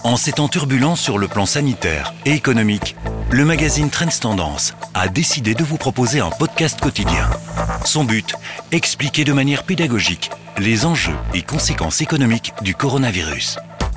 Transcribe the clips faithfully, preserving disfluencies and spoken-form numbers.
En ces temps turbulents sur le plan sanitaire et économique, le magazine Trends Tendance a décidé de vous proposer un podcast quotidien. Son but, expliquer de manière pédagogique les enjeux et conséquences économiques du coronavirus.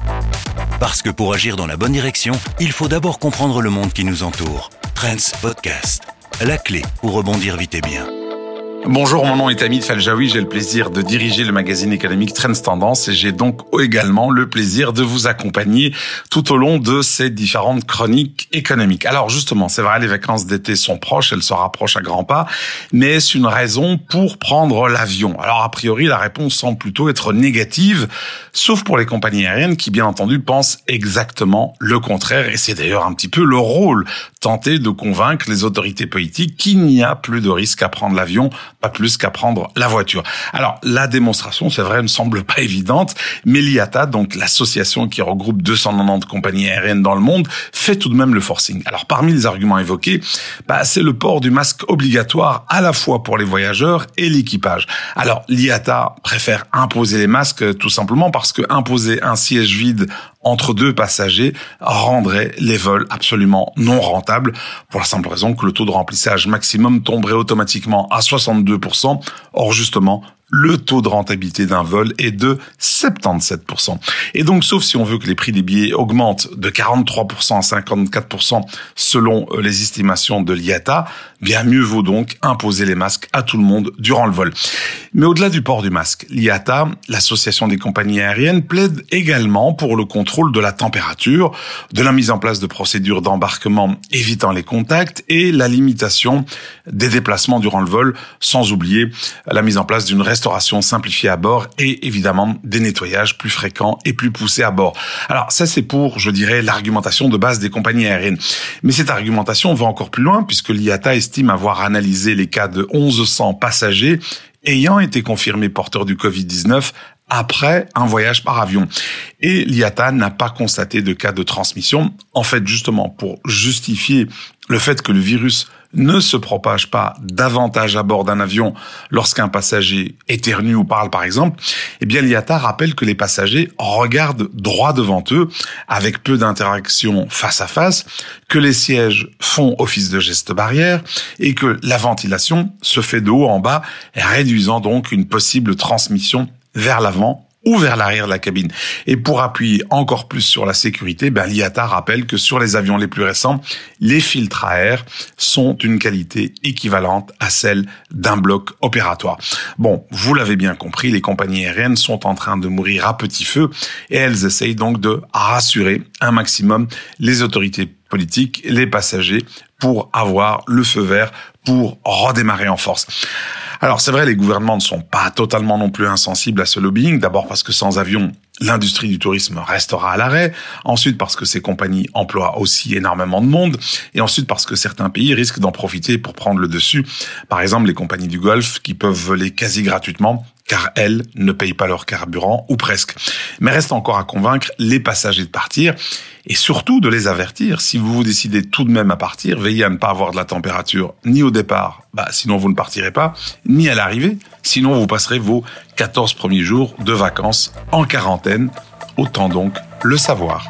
Parce que pour agir dans la bonne direction, il faut d'abord comprendre le monde qui nous entoure. Trends Podcast, la clé pour rebondir vite et bien. Bonjour, mon nom est Hamid Faljaoui, j'ai le plaisir de diriger le magazine économique Trends Tendance et j'ai donc également le plaisir de vous accompagner tout au long de ces différentes chroniques économiques. Alors justement, c'est vrai, les vacances d'été sont proches, elles se rapprochent à grands pas, mais est-ce une raison pour prendre l'avion? Alors a priori, la réponse semble plutôt être négative, sauf pour les compagnies aériennes qui, bien entendu, pensent exactement le contraire et c'est d'ailleurs un petit peu leur rôle, tenter de convaincre les autorités politiques qu'il n'y a plus de risque à prendre l'avion, pas plus qu'à prendre la voiture. Alors, la démonstration, c'est vrai, ne semble pas évidente, mais l'I A T A, donc l'association qui regroupe deux cent quatre-vingt-dix compagnies aériennes dans le monde, fait tout de même le forcing. Alors, parmi les arguments évoqués, bah, c'est le port du masque obligatoire à la fois pour les voyageurs et l'équipage. Alors, l'I A T A préfère imposer les masques tout simplement parce que imposer un siège vide entre deux passagers rendrait les vols absolument non rentables pour la simple raison que le taux de remplissage maximum tomberait automatiquement à soixante-deux pour cent. Or, justement, le taux de rentabilité d'un vol est de soixante-dix-sept pour cent. Et donc, sauf si on veut que les prix des billets augmentent de quarante-trois pour cent à cinquante-quatre pour cent selon les estimations de l'I A T A, bien mieux vaut donc imposer les masques à tout le monde durant le vol. Mais au-delà du port du masque, l'I A T A, l'association des compagnies aériennes, plaide également pour le contrôle de la température, de la mise en place de procédures d'embarquement évitant les contacts et la limitation des déplacements durant le vol, sans oublier la mise en place d'une restauration simplifiée à bord et évidemment des nettoyages plus fréquents et plus poussés à bord. Alors ça, c'est pour, je dirais, l'argumentation de base des compagnies aériennes. Mais cette argumentation va encore plus loin puisque l'I A T A estime avoir analysé les cas de mille cent passagers ayant été confirmés porteurs du covid dix-neuf après un voyage par avion. Et l'I A T A n'a pas constaté de cas de transmission. En fait, justement, pour justifier le fait que le virus ne se propage pas davantage à bord d'un avion lorsqu'un passager éternue ou parle, par exemple, eh bien, l'I A T A rappelle que les passagers regardent droit devant eux, avec peu d'interaction face à face, que les sièges font office de geste barrière et que la ventilation se fait de haut en bas, réduisant donc une possible transmission vers l'avant ou vers l'arrière de la cabine. Et pour appuyer encore plus sur la sécurité, ben, l'I A T A rappelle que sur les avions les plus récents, les filtres à air sont d'une qualité équivalente à celle d'un bloc opératoire. Bon, vous l'avez bien compris, les compagnies aériennes sont en train de mourir à petit feu et elles essayent donc de rassurer un maximum les autorités politiques, les passagers, pour avoir le feu vert pour redémarrer en force. Alors c'est vrai, les gouvernements ne sont pas totalement non plus insensibles à ce lobbying, d'abord parce que sans avion, l'industrie du tourisme restera à l'arrêt, ensuite parce que ces compagnies emploient aussi énormément de monde, et ensuite parce que certains pays risquent d'en profiter pour prendre le dessus. Par exemple, les compagnies du Golfe qui peuvent voler quasi gratuitement, car elles ne payent pas leur carburant, ou presque. Mais reste encore à convaincre les passagers de partir, et surtout de les avertir. Si vous vous décidez tout de même à partir, veillez à ne pas avoir de la température ni au départ, bah sinon vous ne partirez pas, ni à l'arrivée, sinon vous passerez vos quatorze premiers jours de vacances en quarantaine. Autant donc le savoir.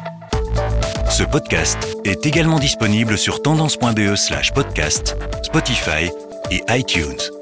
Ce podcast est également disponible sur tendance point b e slash podcast, Spotify et iTunes.